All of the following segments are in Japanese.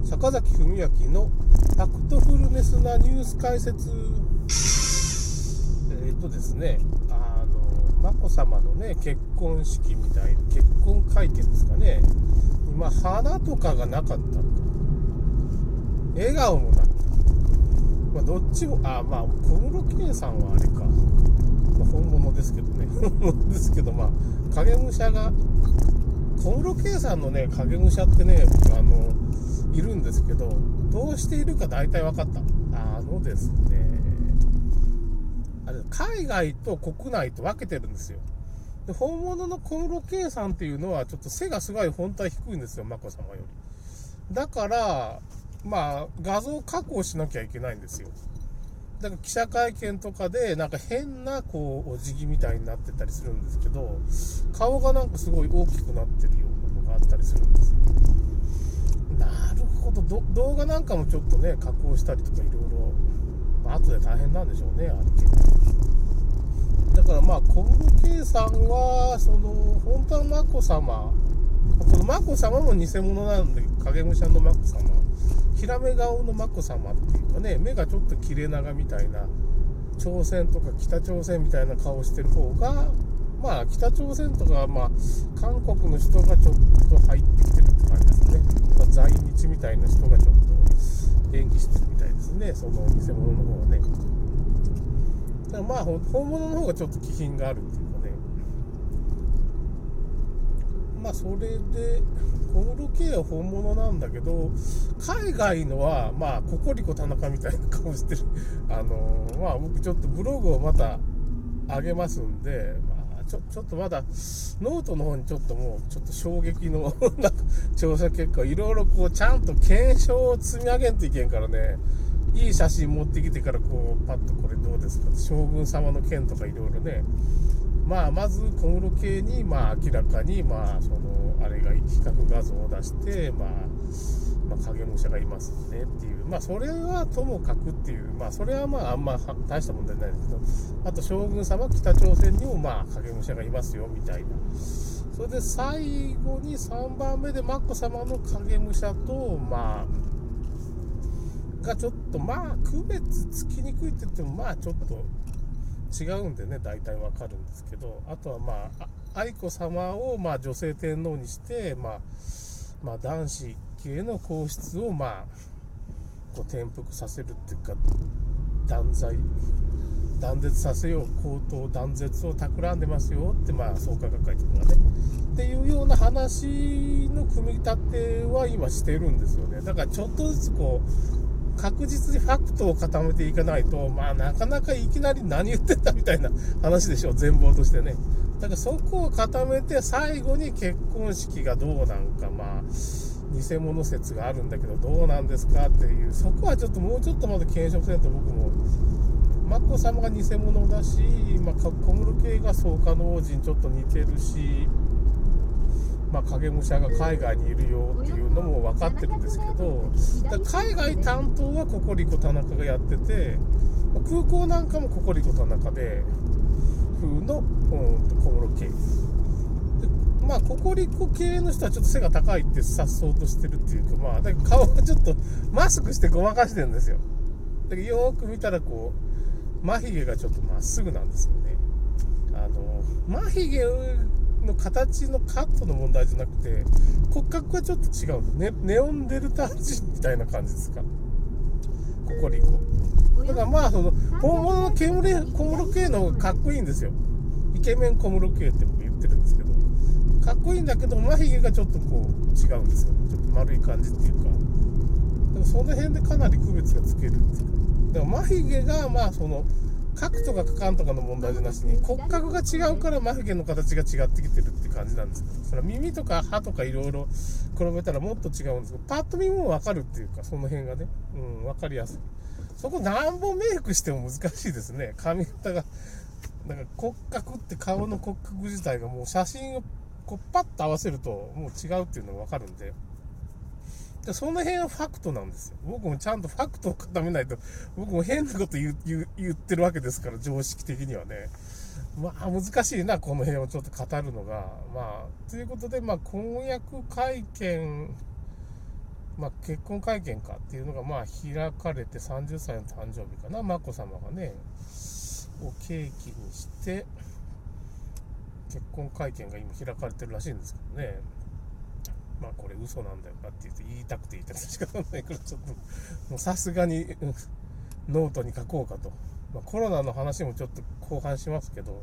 坂崎文明のファクトフルネスなニュース解説。ですね、眞子さまのね、結婚式みたいな、結婚会見ですかね。今、花とかがなかった。笑顔もなかった。どっちも、小室圭さんはあれか。本物ですけどね。本物ですけど、影武者が、小室圭さんのね、影武者ってね、いるんですけど、どうしているか大体分かった。ですね、海外と国内と分けてるんですよ。で、本物の小室圭さんっていうのはちょっと背がすごい本体低いんですよ、眞子さまより。だから画像加工しなきゃいけないんですよ。だから記者会見とかでなんか変なお辞儀みたいになってたりするんですけど、顔がなんかすごい大きくなってるようなのがあったりするんですよ。なるほど。動画なんかもちょっとね加工したりとかいろいろ、後で大変なんでしょうね、あれ。だから小室圭さんは本当は眞子さま、この眞子さまも偽物なんで、影武者の眞子さま、ひらめ顔の眞子さまっていうかね、目がちょっと切れ長みたいな、朝鮮とか北朝鮮みたいな顔してる方が、北朝鮮とか韓国の人がちょっと入ってきてるって感じですね。在日みたいな人がちょっと演技してるみたいですね、その偽物の方はね。だから本物の方がちょっと気品があるっていうかね。それで小室圭は本物なんだけど、海外のはココリコ田中みたいな顔してる。僕ちょっとブログをまた上げますんで、ちょっとまだノートの方にちょっと衝撃の調査結果をいろいろちゃんと検証を積み上げんといけんからね。いい写真持ってきてからパッとこれどうですか、将軍様の件とかいろいろね。まず小室圭に明らかにあれが比較画像を出して、影武者がいますねっていう、それはともかくっていう、それはあんま大した問題ないですけど、あと将軍様北朝鮮にも影武者がいますよみたいな。それで最後に3番目で眞子さまの影武者とがちょっと区別つきにくいって言ってもちょっと違うんでね、大体わかるんですけど、あとは愛子さまを女性天皇にして、男子系の皇室を転覆させるっていうか、断絶させよう、皇統断絶を企んでますよって創価学会とかねっていうような話の組み立ては今してるんですよね。だからちょっとずつ確実にファクトを固めていかないと、なかなかいきなり何言ってんだみたいな話でしょ、全貌としてね。だからそこを固めて、最後に結婚式がどうなんか、偽物説があるんだけどどうなんですかっていう、そこはちょっともうちょっとまだ検証せんと。僕も眞子さまが偽物だし、小室圭が創価の王子にちょっと似てるし、影武者が海外にいるよっていうのも分かってるんですけど、海外担当はココリコ田中がやってて、空港なんかもココリコ田中で風の小室圭で、ココリコ系の人はちょっと背が高いって颯爽としてるっていうか、だから顔がちょっとマスクしてごまかしてるんですよ。だからよーく見たら眉毛がちょっとまっすぐなんですよね。眉毛の形のカットの問題じゃなくて、骨格がちょっと違う、ネオンデルタ人みたいな感じですか、ココリコ。だから本物の小室圭の方がかっこいいんですよ。イケメン小室圭って僕言ってるんですけど、かっこいいんだけど眉毛がちょっと違うんですよ。ちょっと丸い感じっていうか、でもその辺でかなり区別がつけるっていうか、だから眉毛が書くとか書かんとかの問題じゃなしに、骨格が違うから眉毛の形が違ってきてるって感じなんですけど、それは耳とか歯とかいろいろ比べたらもっと違うんですけど、パッと見も分かるっていうか、その辺がね、分かりやすい。そこ何本メイクしても難しいですね。髪型が骨格って、顔の骨格自体がもう写真をパッと合わせるともう違うっていうのが分かるんで、その辺はファクトなんですよ。僕もちゃんとファクトを固めないと、僕も変なこと言ってるわけですから、常識的にはね。難しいな、この辺をちょっと語るのが。ということで、婚約会見結婚会見かっていうのが開かれて、30歳の誕生日かな、眞子さまがねを契機にして結婚会見が今開かれてるらしいんですけどね。これ嘘なんだよかって言いたくて言いたくて仕方ないから、ちょっともうさすがにノートに書こうかと。コロナの話もちょっと後半しますけど、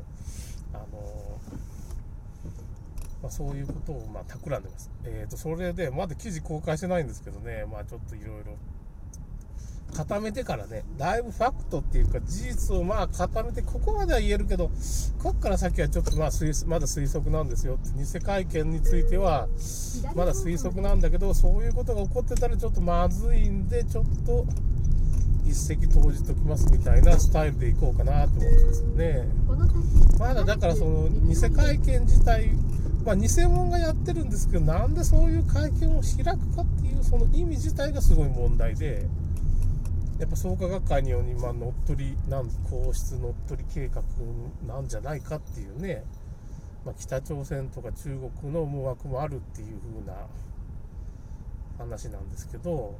そういうことを企んでます。それでまだ記事公開してないんですけどね、ちょっといろいろ固めてからね、だいぶファクトっていうか事実を固めて、ここまでは言えるけど、こっから先はちょっとまだ推測なんですよって。偽会見についてはまだ推測なんだけど、そういうことが起こってたらちょっとまずいんで、ちょっと一石投じときますみたいなスタイルでいこうかなと思ってますよね。まだだからその偽会見自体、偽物がやってるんですけど、なんでそういう会見を開くかっていうその意味自体がすごい問題で、やっぱ創価学会にように乗っ取り皇室乗っ取り計画なんじゃないかっていうね、北朝鮮とか中国の思惑もあるっていう風な話なんですけど、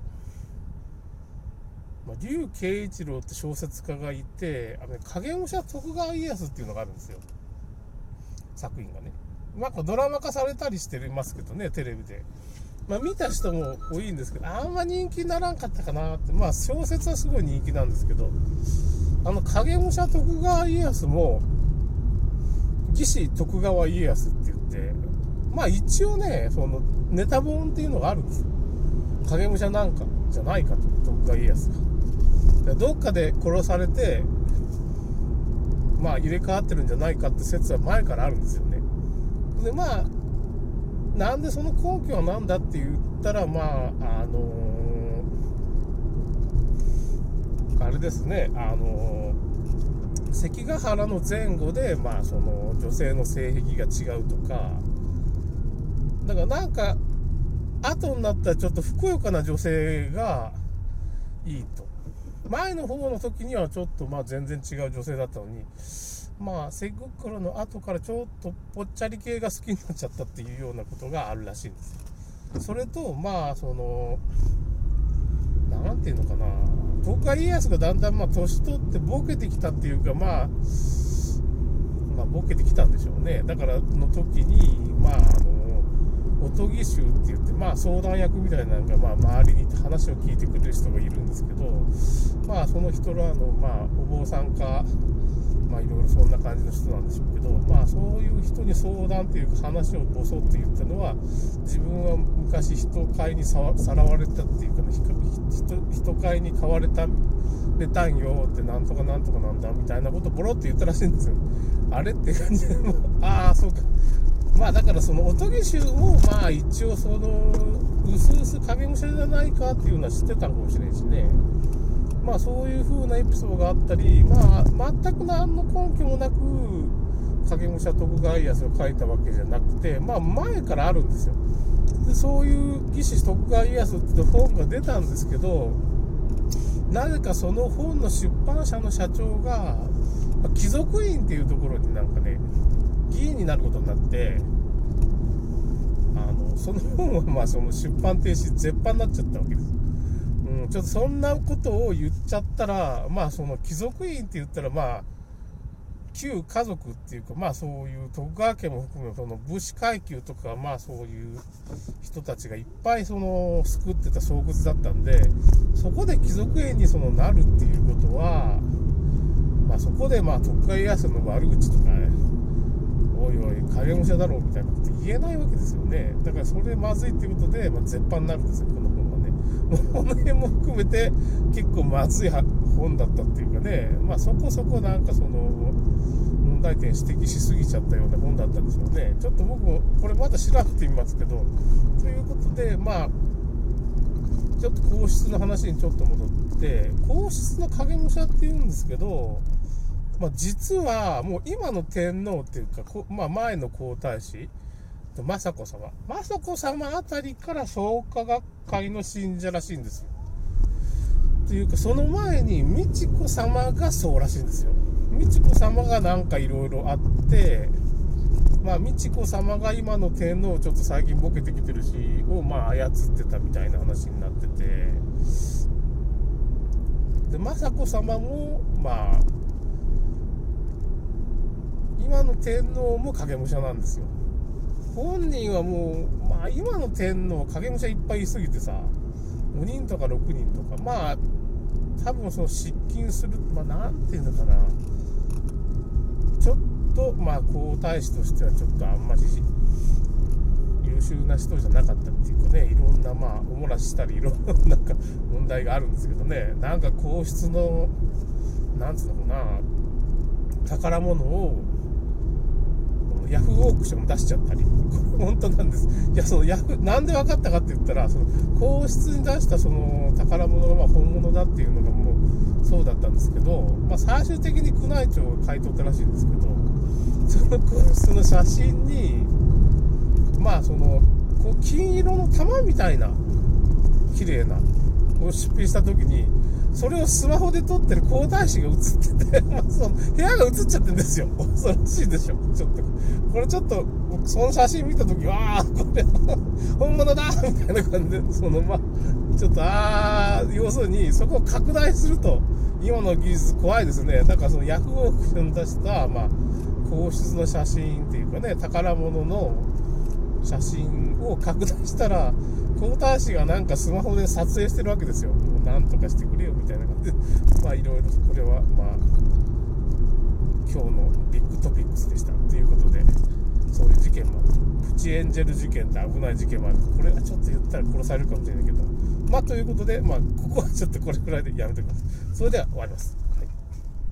劉慶一郎って小説家がいて、影武者徳川家康っていうのがあるんですよ、作品がね。ドラマ化されたりしてますけどね、テレビで。見た人も多いんですけど、あんま人気にならんかったかなって。小説はすごい人気なんですけど、影武者徳川家康も義士徳川家康って言って、一応ね、そのネタ本っていうのがあるんですよ。影武者なんかじゃないかと、徳川家康がどっかで殺されて入れ替わってるんじゃないかって説は前からあるんですよね。でなんでその根拠は何だって言ったら、あれですね、関ヶ原の前後で、その女性の性癖が違うとか、だから後になったらちょっとふくよかな女性がいいと。前の方の時にはちょっと全然違う女性だったのに、関心の後からちょっとぽっちゃり系が好きになっちゃったっていうようなことがあるらしいんですよ。それとそのなんていうのかな、徳川家康がだんだん年取ってボケてきたっていうか、ボケてきたんでしょうね。だからの時におとぎ衆って言って、相談役みたいなのが周りに話を聞いてくれる人がいるんですけど、その人らのお坊さんかいろいろそんな感じの人なんでしょうけど、そういう人に相談っていうか話をボソって言ったのは、自分は昔人飼いにさらわれたっていうかね、人飼いに飼われたんよって、なんとかなんとかなんだみたいなことをボロって言ったらしいんですよ。あれって感じで、そうか。だからそのおとぎ衆も一応そのうすうす影武者じゃないかっていうのは知ってたのかもしれないしね。そういう風なエピソードがあったり、全く何の根拠もなく影武者徳川家康を書いたわけじゃなくて、前からあるんですよ。でそういう義士徳川家康って本が出たんですけど、なぜかその本の出版社の社長が貴族院っていうところに議員になることになって、その本はその出版停止絶版になっちゃったわけです。ちょっとそんなことを言っちゃったら、その貴族院って言ったら旧家族っていうか、そういう徳川家も含めその武士階級とか、そういう人たちがいっぱいその救ってた巣窟だったんで、そこで貴族院になるっていうことは、そこで徳川家康の悪口とか、おいおい影武者だろうみたいなこと言えないわけですよね。だからそれまずいっていうことで、絶版になるんですよ、この本はね。この辺も含めて結構まずい本だったっていうかね、そこそこその問題点指摘しすぎちゃったような本だったんですよね。ちょっと僕もこれまた調べてみますけど、ということでちょっと皇室の話にちょっと戻って、皇室の影武者っていうんですけど、実はもう今の天皇っていうか、前の皇太子雅子様あたりから創価学会の信者らしいんですよ。というか、その前に美智子様がそうらしいんですよ。美智子様がいろいろあって、 美智子様が今の天皇をちょっと最近ボケてきてるしを操ってたみたいな話になってて、で雅子様も今の天皇も影武者なんですよ。本人はもう、今の天皇影武者いっぱいいすぎてさ、5人とか6人とか、多分その失禁する、なんていうのかな、ちょっと皇太子としてはちょっとあんまり優秀な人じゃなかったっていうかね、いろんなおもらししたりいろんな問題があるんですけどね、なんか皇室のなんつうのかな、宝物をヤフーオークション出しちゃったり、これ本当なんです。いや、そのなんで分かったかって言ったら、その皇室に出したその宝物が本物だっていうのがもうそうだったんですけど、最終的に宮内庁が買い取ったらしいんですけど、その皇室の写真にそのこう金色の玉みたいな綺麗なを出品した時に、それをスマホで撮ってる皇太子が写ってて、その部屋が写っちゃってるんですよ。恐ろしいでしょ。これちょっとその写真見た時はこれ本物だみたいな感じで、そのちょっと要するにそこを拡大すると今の技術怖いですね。だからそのヤフーオークション出した皇室の写真っていうかね、宝物の写真を拡大したら皇太子がなんかスマホで撮影してるわけですよ。もうなんとかしてくれよみたいな感じで、いろいろこれは今日のビッグトピックスでしたということで、そういう事件もある、プチエンジェル事件って危ない事件もある。これはちょっと言ったら殺されるかもしれないけど、ということでここはちょっとこれくらいでやめておきます。それでは終わります。